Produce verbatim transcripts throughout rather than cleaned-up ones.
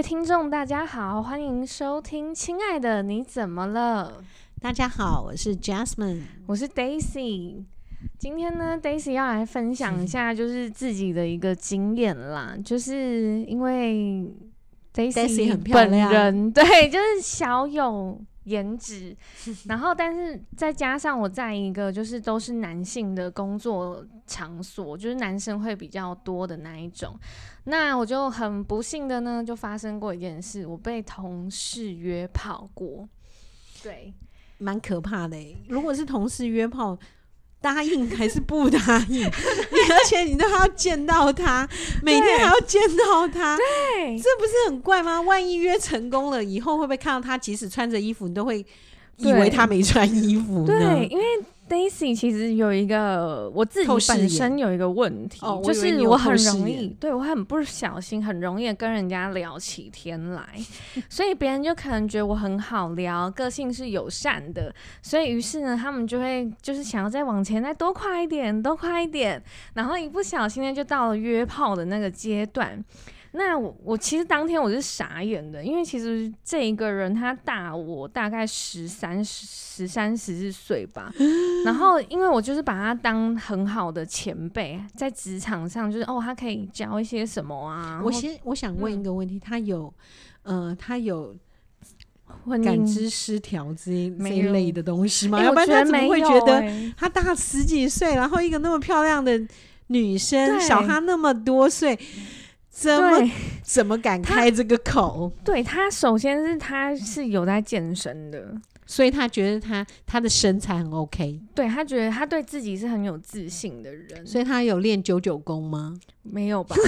位听众大家好，欢迎收听亲爱的你怎么了。 大家好，我是 Jasmine， 我是 Daisy。今天呢 Daisy 要来分享一下就是自己的一个经验啦，就是因为 Daisy 很漂亮， 本人对就是小有颜值然后但是再加上我在一个就是都是男性的工作场所，就是男生会比较多的那一种，那我就很不幸的呢就发生过一件事，我被同事约炮过。对， 蛮可怕的耶。如果是同事约炮，答应还是不答应？而且你都还要见到他，每天还要见到他， 对， 这不是很怪吗？万一约成功了，以后会不会看到他即使穿着衣服，你都会以为他没穿衣服呢？ 对，因为 Daisy 其实有一个我自己本身有一个问题， 哦、 就是我很容易，对我很不小心，很容易跟人家聊起天来，所以别人就可能觉得我很好聊，个性是友善的，所以于是呢，他们就会就是想要再往前再多快一点，多快一点，然后一不小心呢，就到了约炮的那个阶段。那 我, 我其实当天我是傻眼的，因为其实这一个人他大我大概十三十三十四岁吧，然后因为我就是把他当很好的前辈，在职场上就是哦，他可以教一些什么啊。 我先我想问一个问题，嗯、他有呃他有感知失调这一这一类的东西吗？ 欸、 要不然他怎么会觉得欸、 他大十几岁，然后一个那么漂亮的女生，小他那么多岁？怎么怎么敢开这个口？ 对，他首先是他是有在健身的， 所以他觉得他他的身材很 OK。 对，他觉得他对自己是很有自信的人， 所以他有练九九功吗？ 没有吧？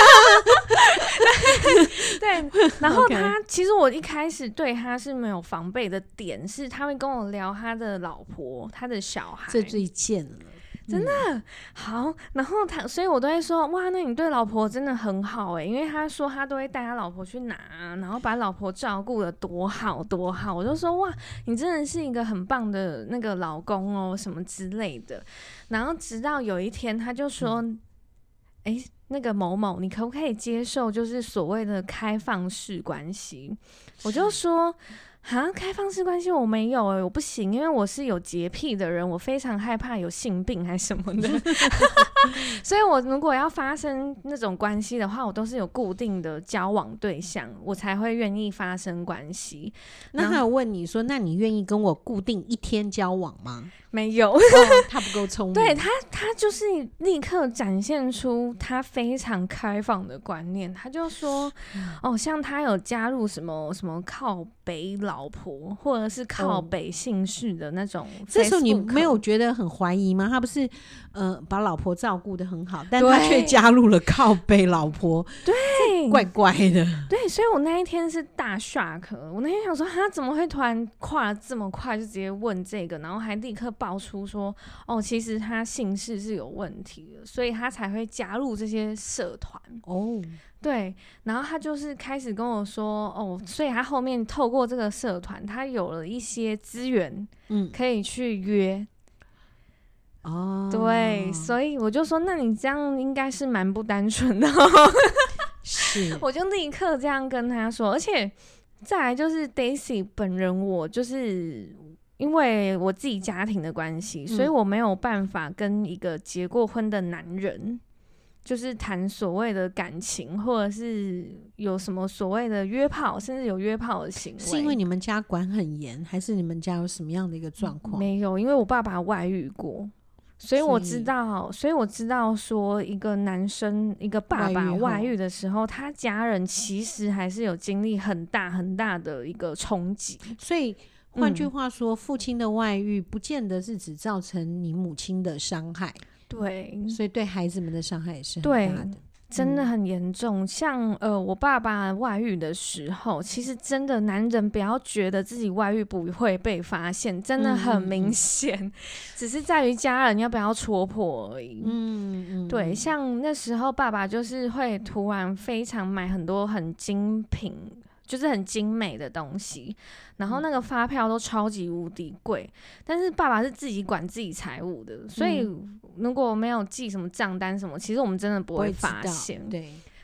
对，然后他、okay. 其实我一开始对他是没有防备的点，是他会跟我聊他的老婆、他的小孩， 这最贱了。 真的、嗯、好，然后他，所以我都会说，哇，那你对老婆真的很好哎，因为他说他都会带他老婆去拿，然后把老婆照顾得多好多好，我就说哇，你真的是一个很棒的那个老公哦，什么之类的。然后直到有一天，他就说，哎、嗯，那个某某，你可不可以接受就是所谓的开放式关系？我就说。啊，开放式关系我没有哎、欸，我不行，因为我是有洁癖的人，我非常害怕有性病还是什么的，所以我如果要发生那种关系的话，我都是有固定的交往对象，我才会愿意发生关系。 那他有问你说，那你愿意跟我固定一天交往吗？ 没有， 哦、他不够聪明。 对他，他就是立刻展现出他非常开放的观念。他就说，哦，像他有加入什么什么靠北老婆，或者是靠北姓氏的那种、哦。 这时候你没有觉得很怀疑吗？他不是呃把老婆照顾得很好，但他却加入了靠北老婆， 对， 怪怪的。 对，所以我那一天是大 shock。我那天想说，他怎么会突然跨这么快就直接问这个，然后还立刻爆出说，哦，其实他姓氏是有问题的，所以他才会加入这些社团。 哦， 对，然后他就是开始跟我说，哦，所以他后面透过这个社团，他有了一些资源，嗯，可以去约。哦，对，所以我就说，那你这样应该是蛮不单纯的。 是， 我就立刻这样跟他说，而且再来就是 Daisy 本人，我就是因为我自己家庭的关系、嗯，所以我没有办法跟一个结过婚的男人就是谈所谓的感情，或者是有什么所谓的约炮，甚至有约炮的行为。 是因为你们家管很严，还是你们家有什么样的一个状况？ 没有，因为我爸爸外遇过。所以我知道，所以我知道说，一个男生，一个爸爸外遇的时候，他家人其实还是有经历很大很大的一个冲击。 所以换句话说、嗯，父亲的外遇不见得是只造成你母亲的伤害， 对， 所以对孩子们的伤害也是很大的。 真的很严重、嗯、像呃，我爸爸外遇的时候，其实真的男人不要觉得自己外遇不会被发现，真的很明显、嗯、只是在于家人要不要戳破而已。嗯嗯，对，像那时候爸爸就是会突然非常买很多很精品，就是很精美的东西，然后那个发票都超级无敌贵，但是爸爸是自己管自己财务的，所以如果没有记什么账单什么，其实我们真的不会发现。 对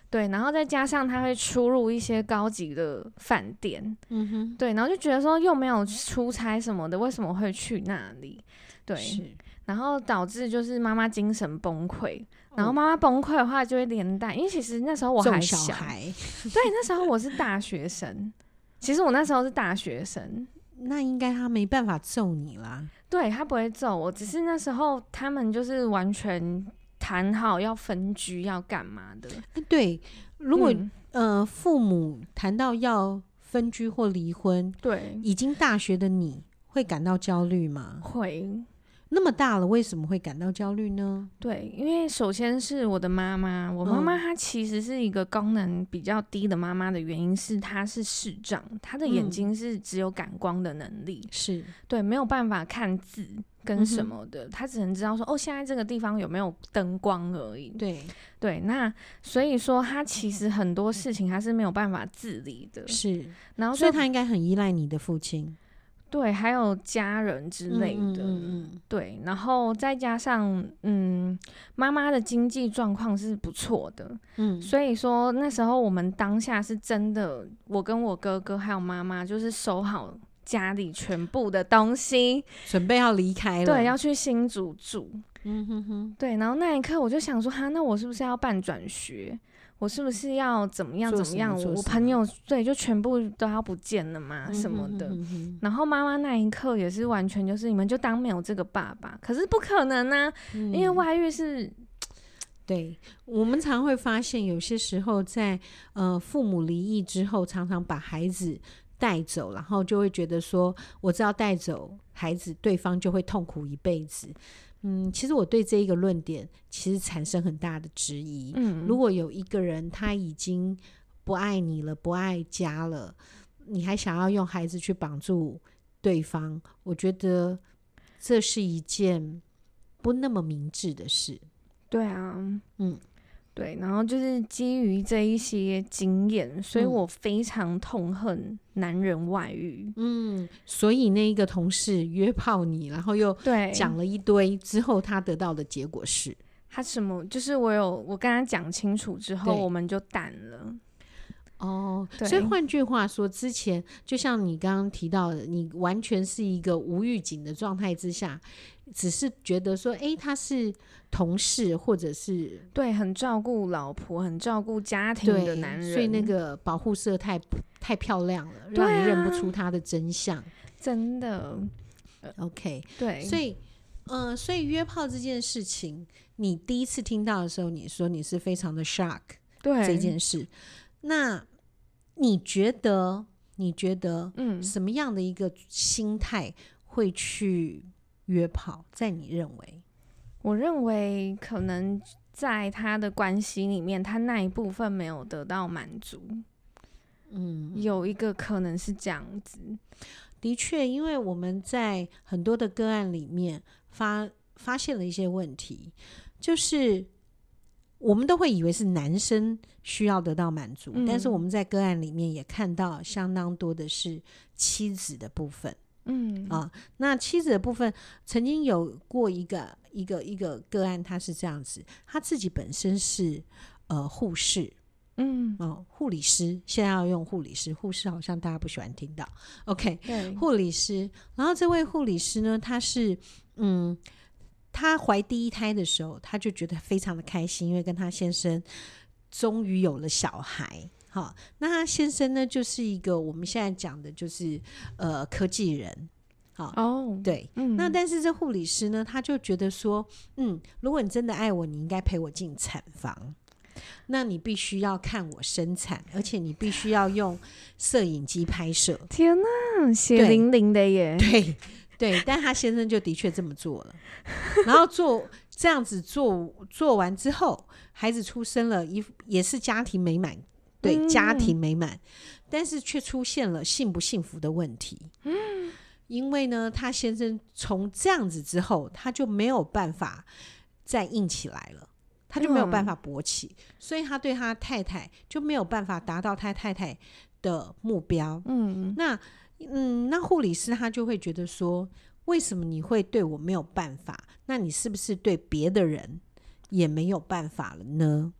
对，然后再加上他会出入一些高级的饭店， 嗯哼， 对，然后就觉得说又没有出差什么的，为什么会去那里？对， 是， 然后导致就是妈妈精神崩溃，然后妈妈崩溃的话就会连带，因为其实那时候我还小， 小孩对，那时候我是大学生，其实我那时候是大学生， 那应该他没办法揍你啦。 对，他不会揍我，只是那时候他们就是完全谈好要分居要干嘛的。 欸、对，如果、 嗯、 呃父母谈到要分居或离婚， 对， 已经大学的你会感到焦虑吗？ 会。 那么大了为什么会感到焦虑呢？ 对，因为首先是我的妈妈，我妈妈她其实是一个功能比较低的妈妈的原因是她是视障，她的眼睛是只有感光的能力， 是对，没有办法看字跟什么的，她、嗯、只能知道说哦现在这个地方有没有灯光而已。 对对，那所以说她其实很多事情她是没有办法自理的， 是， 然后所以她应该很依赖你的父亲。 对，还有家人之类的，嗯嗯嗯对，然后再加上，嗯，妈妈的经济状况是不错的，嗯，所以说那时候我们当下是真的，我跟我哥哥还有妈妈就是收好家里全部的东西， 准备要离开了， 对，要去新竹住， 嗯哼哼， 对，然后那一刻我就想说，哈，那我是不是要办转学？我是不是要怎么样怎么样？我朋友对就全部都要不见了嘛、嗯、什么的。然后妈妈那一刻也是完全就是你们就当没有这个爸爸，可是不可能啊，嗯、因为外遇是。 对，我们常会发现有些时候在呃父母离异之后，常常把孩子带走，然后就会觉得说，我知道带走孩子，对方就会痛苦一辈子。嗯，其实我对这一个论点其实产生很大的质疑。嗯，如果有一个人他已经不爱你了，不爱家了，你还想要用孩子去绑住对方，我觉得这是一件不那么明智的事。 对啊，嗯，对，然后就是基于这一些经验，所以我非常痛恨男人外遇。 嗯，所以那个同事约炮你，然后又讲了一堆之后，他得到的结果是， 他什么？就是我有我跟他讲清楚之后，我们就淡了。 哦，所以换句话说，之前就像你刚刚提到的，你完全是一个无预警的状态之下，只是觉得说，哎，他是同事，或者是对很照顾老婆、很照顾家庭的男人， 所以那个保护色太太漂亮了，让你认不出他的真相。 真的 ，OK， 对， 所以，呃，所以约炮这件事情，你第一次听到的时候，你说你是非常的 shock， 对这件事。那你觉得你觉得什么样的一个心态会去约炮？在你认为？ 我认为可能在他的关系里面，他那一部分没有得到满足。嗯，有一个可能是这样子。 的确，因为我们在很多的个案里面发发现了一些问题，就是我们都会以为是男生需要得到满足、嗯、但是我们在个案里面也看到相当多的是妻子的部分。嗯啊，那妻子的部分曾经有过一个一个一个个案，他是这样子，他自己本身是呃护士，嗯哦护理师，现在要用护理师，护士好像大家不喜欢听到 ，OK， 护理师。然后这位护理师呢，他是嗯。她怀第一胎的时候，她就觉得非常的开心，因为跟她先生终于有了小孩。好，那她先生呢，就是一个我们现在讲的，就是呃科技人。好，哦，对，嗯，那但是这护理师呢，他就觉得说，嗯，如果你真的爱我，你应该陪我进产房，那你必须要看我生产，而且你必须要用摄影机拍摄。 天哪，血淋淋的耶！ 对。对，但他先生就的确这么做了，然后做这样子做做完之后，孩子出生了，也是家庭美满，对、嗯，家庭美满，但是却出现了幸不幸福的问题。嗯，因为呢，他先生从这样子之后，他就没有办法再硬起来了，他就没有办法勃起、嗯，所以他对他太太就没有办法达到他太太的目标。嗯，那。嗯，那护理师他就会觉得说，为什么你会对我没有办法？那你是不是对别的人也没有办法了呢？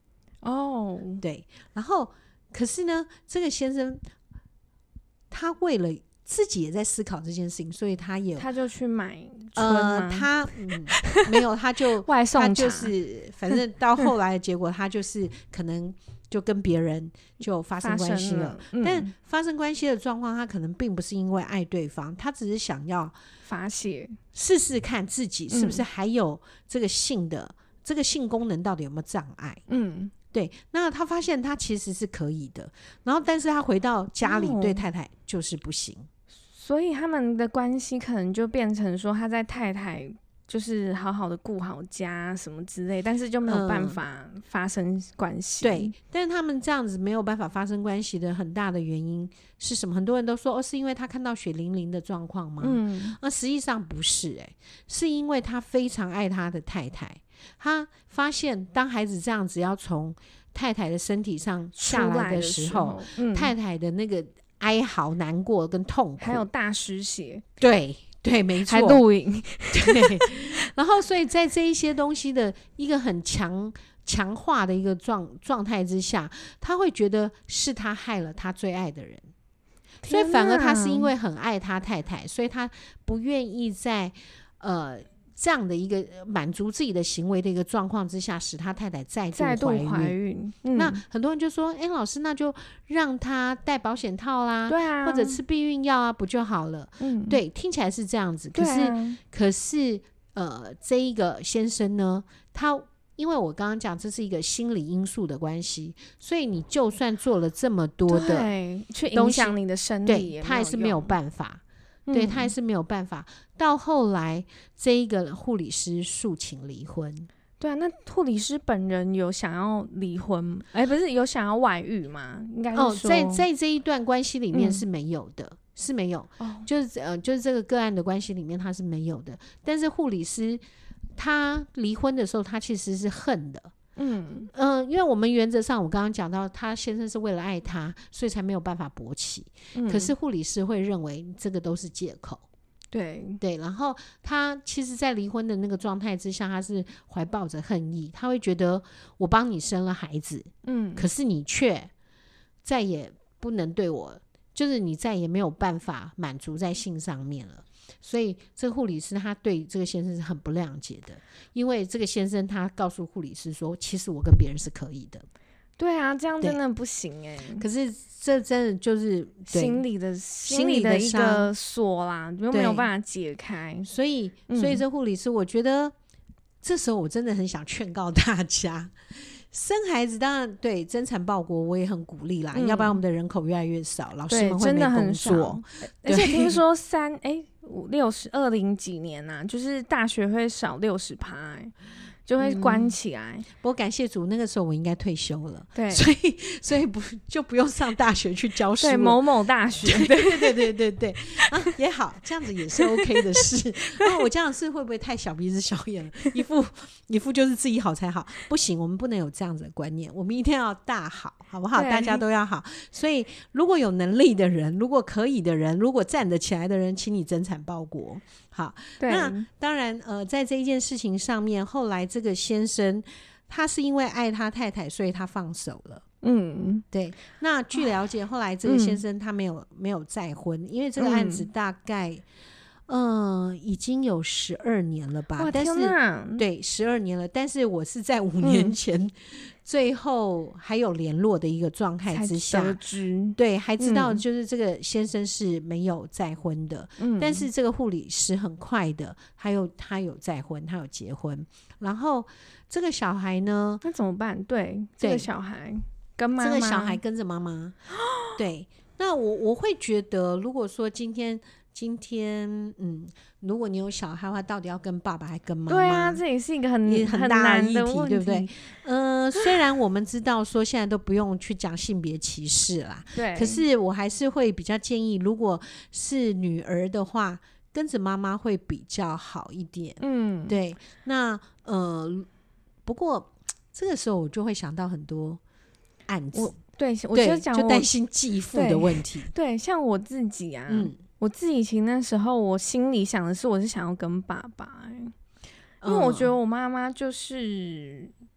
哦， 对，然后可是呢，这个先生他为了自己也在思考这件事情，所以他也他就去买春呃， 吗？ 他嗯没有，他就外送茶他就是反正到后来的结果，他就是可能就跟别人就发生关系了。 发生了嗯、 但发生关系的状况，他可能并不是因为爱对方，他只是想要发泄， 试试看自己是不是还有这个性的、嗯、这个性功能到底有没有障碍。 嗯， 对，那他发现他其实是可以的，然后但是他回到家里对太太就是不行。哦， 所以他们的关系可能就变成说他在太太就是好好的顾好家什么之类，但是就没有办法发生关系、 嗯、对，但是他们这样子没有办法发生关系的很大的原因是什么？很多人都说哦，是因为他看到血淋淋的状况吗？嗯，而实际上不是、欸、是因为他非常爱他的太太，他发现当孩子这样子要从太太的身体上下来的时候， 时候嗯、 太太的那个哀嚎、难过跟痛苦，还有大失血， 对对，没错， 还录影， 对。然后，所以在这一些东西的一个很强强化的一个状状态之下，他会觉得是他害了他最爱的人，所以反而他是因为很爱他太太，所以他不愿意在呃。这样的一个满足自己的行为的一个状况之下，使他太太再度怀孕。再度怀孕嗯、那很多人就说：“哎、欸，老师，那就让他戴保险套啦， 对啊， 或者吃避孕药啊，不就好了？”嗯，对，听起来是这样子。可是，啊、可是，呃，这一个先生呢，他因为我刚刚讲这是一个心理因素的关系，所以你就算做了这么多的对，去影响你的身体也， 对，他还是没有办法。对，他还是没有办法、嗯、到后来这一个护理师诉请离婚。 对啊，那护理师本人有想要离婚哎、欸，不是有想要外遇吗？应该是说、哦、 在在这一段关系里面是没有的、嗯、是没有、哦、就是呃就是这个个案的关系里面他是没有的。但是护理师他离婚的时候他其实是恨的。嗯嗯、呃，因为我们原则上我刚刚讲到他先生是为了爱他所以才没有办法勃起、嗯、可是护理师会认为这个都是借口。 对对，然后他其实在离婚的那个状态之下他是怀抱着恨意，他会觉得我帮你生了孩子，嗯，可是你却再也不能对我，就是你再也没有办法满足在性上面了。所以这个护理师他对这个先生是很不谅解的，因为这个先生他告诉护理师说其实我跟别人是可以的。 对啊，这样真的不行哎、欸。 可是这真的就是心理的心理的一个锁啦，就没有办法解开。 所以，所以这护理师，我觉得、嗯、这时候我真的很想劝告大家，生孩子当然对增产报国我也很鼓励啦、嗯，要不然我们的人口越来越少，老师们会没工作。 而且听说三哎五六十二零几年啊，就是大学会少六十趴哎。就会关起来、嗯、 不过感谢主那个时候我应该退休了， 对， 所以所以不就不用上大学去教书了， 对，某某大学， 对对对对对对啊，也好，这样子也是 OK 的事。啊，我这样是会不会太小鼻子小眼了？一副一副就是自己好才好，不行，我们不能有这样子的观念，我们一定要大好，好不好？大家都要好。所以如果有能力的人，如果可以的人，如果站得起来的人，请你增产报国。好，那当然呃，在这一件事情上面，后来这个先生他是因为爱他太太所以他放手了。嗯，对。那据了解后来这个先生他没有、嗯、没有再婚，因为这个案子大概嗯、呃、已经有十二年了吧。但是对十二年了，但是我是在五年前、嗯最后还有联络的一个状态之下得知， 对，还知道就是这个先生是没有再婚的、嗯、但是这个护理师很快的还有他有再婚，他有结婚，然后这个小孩呢那怎么办？ 对, 对这个小孩跟妈妈， 这个小孩跟着妈妈对，那我我会觉得如果说今天今天嗯，如果你有小孩的话，到底要跟爸爸还跟妈妈？ 对啊，这也是一个很很大的议题，对不对？ 呃， 虽然我们知道说现在都不用去讲性别歧视啦， 对， 可是我还是会比较建议，如果是女儿的话，跟着妈妈会比较好一点。嗯，对。那呃，不过这个时候我就会想到很多案子， 我对我就讲就担心继父的问题。 对，对像我自己啊。嗯，我自己其实那时候我心里想的是我是想要跟爸爸、欸、因为我觉得我妈妈就是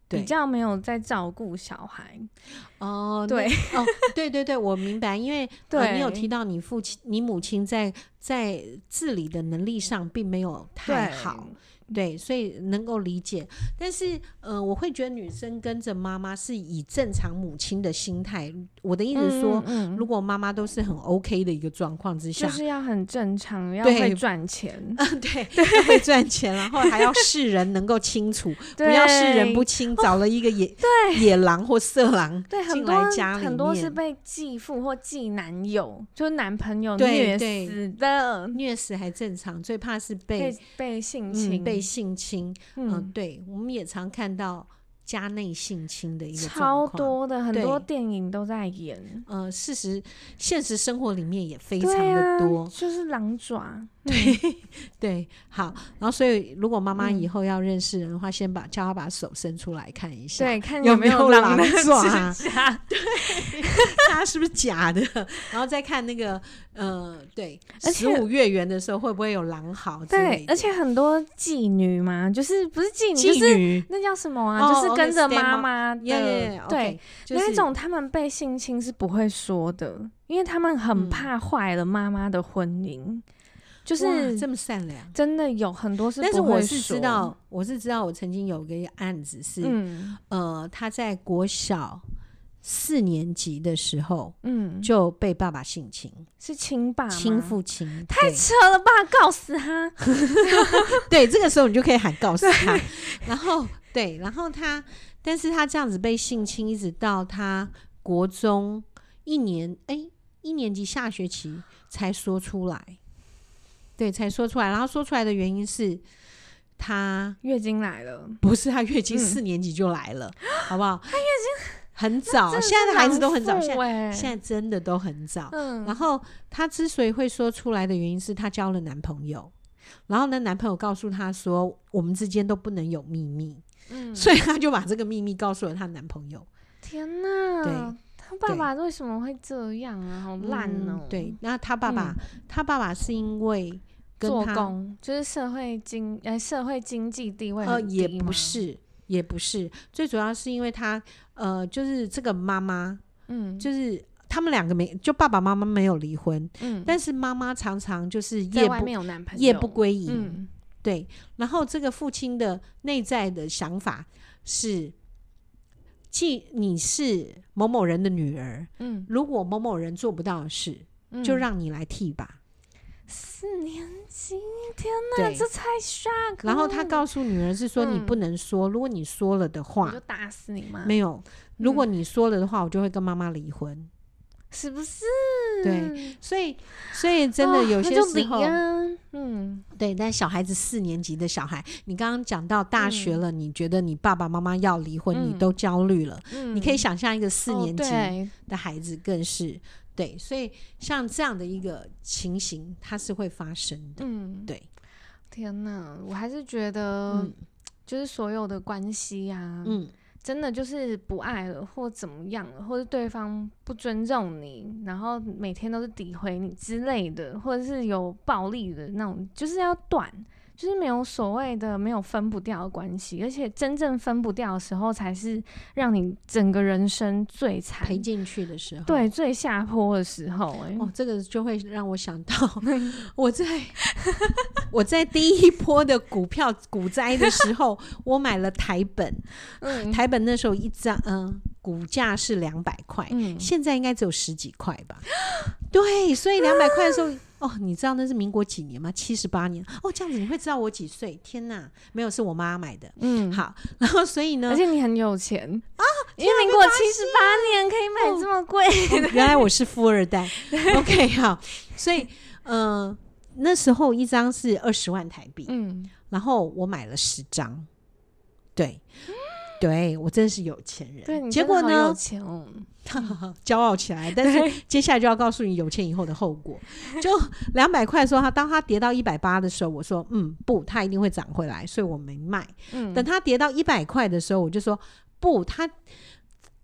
比较没有在照顾小孩。 哦， 对哦，对对对，我明白，因为对、 呃、你有提到你父亲、你母亲在在自理的能力上并没有太好。对，所以能够理解，但是呃，我会觉得女生跟着妈妈是以正常母亲的心态。我的意思是说，嗯嗯如果妈妈都是很 OK 的一个状况之下， 就是要很正常，要会赚钱， 嗯，对，要会赚钱，然后还要世人能够清楚，不要世人不清，找了一个野、哦、野狼或色狼进来家里面， 很多是被继父或继男友，就是男朋友虐死的， 虐死还正常，最怕是被被, 被性侵。 嗯被性侵，嗯、呃，对，我们也常看到家内性侵的一个状况，超多的，很多电影都在演。 呃，事实现实生活里面也非常的多， 啊、就是狼爪。 对、嗯、对，好，然后所以如果妈妈以后要认识人的话，嗯、先把叫她把手伸出来看一下， 对，看有没有狼爪， 对，它是不是假的，然后再看那个呃，对，十五月圆的时候会不会有狼嚎之类的。 对，而且很多妓女嘛，就是不是妓女， 妓女就是那叫什么啊？哦、就是跟着妈妈的， yeah, yeah, 对， okay, 就是那种他们被性侵是不会说的，因为他们很怕坏了妈妈的婚姻。嗯就是这么善良， 真的有很多是不会说。 但是我是知道，我是知道，我曾经有个案子是， 嗯、 呃，他在国小四年级的时候， 嗯， 就被爸爸性侵， 是亲爸吗？ 亲父亲， 太扯了吧！告死他！ 对，这个时候你就可以喊告死他。然后对，然后他，但是他这样子被性侵，一直到他国中一年，哎，一年级下学期才说出来。对，才说出来，然后说出来的原因是他月经来了， 不是他月经四年级就来了，嗯、好不好？他月经很早，现在的孩子都很早，现在现在真的都很早。嗯，然后他之所以会说出来的原因是他交了男朋友，然后呢，男朋友告诉他说我们之间都不能有秘密，嗯，所以他就把这个秘密告诉了他男朋友。 天哪！ 对。 他爸爸为什么会这样啊？好烂哦、 嗯！对，那他爸爸，嗯、他爸爸是因为跟他做工，就是社会经呃社会经济地位很低吗？ 呃，也不是，也不是，最主要是因为他呃，就是这个妈妈，嗯，就是他们两个没，就爸爸妈妈没有离婚，嗯，但是妈妈常常就是夜不夜不归营，嗯，对，然后这个父亲的内在的想法是。既你是某某人的女儿，嗯，如果某某人做不到的事，嗯、就让你来替吧。 四年级，天哪，这太 shock 了。 然后他告诉女儿是说，你不能说，嗯、如果你说了的话， 我就打死你吗？ 没有，如果你说了的话，我就会跟妈妈离婚。 是不是？ 对，所以所以真的有些时候， 哦啊、嗯， 对，但小孩子四年级的小孩，你刚刚讲到大学了，嗯、你觉得你爸爸妈妈要离婚，嗯、你都焦虑了，嗯，你可以想象一个四年级的孩子更是、哦、对, 对，所以像这样的一个情形，它是会发生的，嗯，对。 天哪，我还是觉得，嗯、就是所有的关系啊，嗯。真的就是不爱了或怎么样了，或者对方不尊重你，然后每天都是诋毁你之类的，或者是有暴力的那种，就是要断，就是没有所谓的没有分不掉的关系，而且真正分不掉的时候才是让你整个人生最惨赔进去的时候， 对，最下坡的时候、欸、 哦，这个就会让我想到我在我在第一波的股票股灾的时候我买了台本、嗯、台本那时候一张嗯股价是两百块，现在应该只有十几块吧对，所以两百块的时候哦，你知道那是民国几年吗？七十八年哦，这样子你会知道我几岁？天哪，没有，是我妈买的。嗯，好，然后所以呢， 而且你很有钱啊，因为民国七十八年可以买这么贵、 哦哦，原来我是富二代。OK， 好，所以呃，那时候一张是二十万台币，嗯，然后我买了十张，对。对，我真是有钱人。 对，你结果呢？ 好有钱哦， 骄傲起来。但是接下来就要告诉你有钱以后的后果。就两百块的时候，他当他跌到一百八的时候，我说嗯不，他一定会涨回来，所以我没卖。嗯、等他跌到一百块的时候，我就说不，他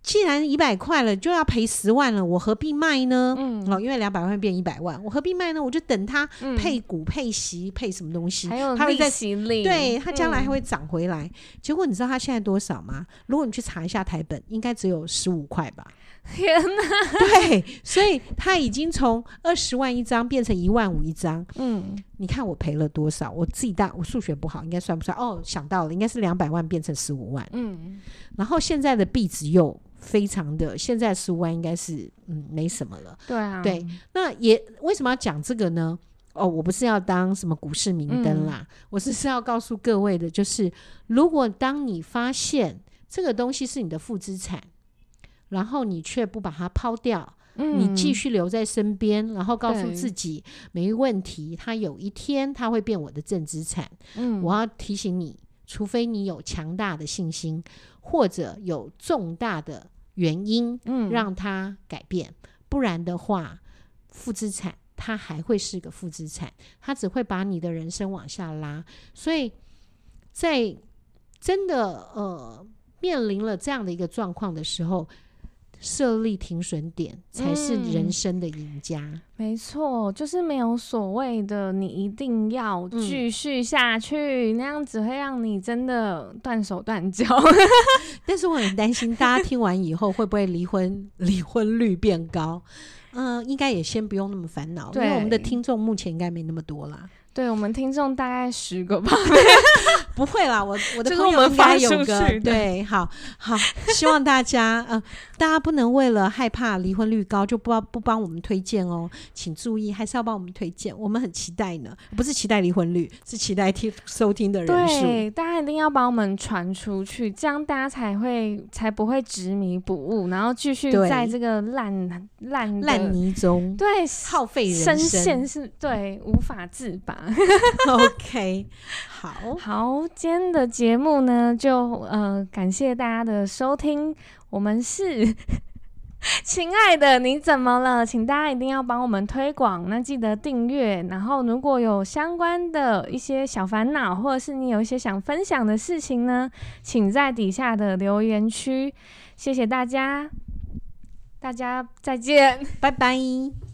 既然一百块了就要赔十万了，我何必卖呢？ 嗯， 哦，因为两百万变一百万，我何必卖呢？我就等它配股、配息、配什么东西， 还有利息率， 对，它将来还会涨回来。嗯、结果你知道它现在多少吗？如果你去查一下台本，应该只有十五块吧。 天哪！ 对，所以它已经从二十万一张变成一万五一张。嗯，你看我赔了多少？我自己大，我数学不好，应该算不出来。哦，想到了，应该是两百万变成十五万。嗯，然后现在的币值又非常的，现在十五万应该是嗯没什么了。 对啊， 对，那也为什么要讲这个呢？哦，我不是要当什么股市明灯啦，嗯、我是是要告诉各位的，就是如果当你发现这个东西是你的负资产，然后你却不把它抛掉，嗯、你继续留在身边，然后告诉自己没问题，它有一天它会变我的正资产。嗯，我要提醒你，除非你有强大的信心，或者有重大的原因让它改变，嗯、不然的话，负资产它还会是个负资产，它只会把你的人生往下拉。所以在真的呃面临了这样的一个状况的时候，设立停损点才是人生的赢家。嗯、 没错，就是没有所谓的你一定要继续下去，嗯、那样只会让你真的断手断脚。 但是我很担心大家听完以后会不会离婚离婚率变高。嗯、呃，应该也先不用那么烦恼，因为我们的听众目前应该没那么多啦。 对，我们听众大概十个吧。 不会啦，我我的朋友应该有个，对，好好，希望大家呃，大家不能为了害怕离婚率高就不不帮我们推荐哦，请注意，还是要帮我们推荐，我们很期待呢，不是期待离婚率，是期待听收听的人数。 对，大家一定要帮我们传出去，这样大家才会才不会执迷不悟，然后继续在这个烂烂烂泥中， 对， 耗费人生， 生深陷是对无法自拔。 OK， 好好，今天的节目呢，就呃感谢大家的收听，我们是亲爱的你怎么了，请大家一定要帮我们推广，那记得订阅，然后如果有相关的一些小烦恼，或者是你有一些想分享的事情呢，请在底下的留言区，谢谢大家，大家再见， 拜拜。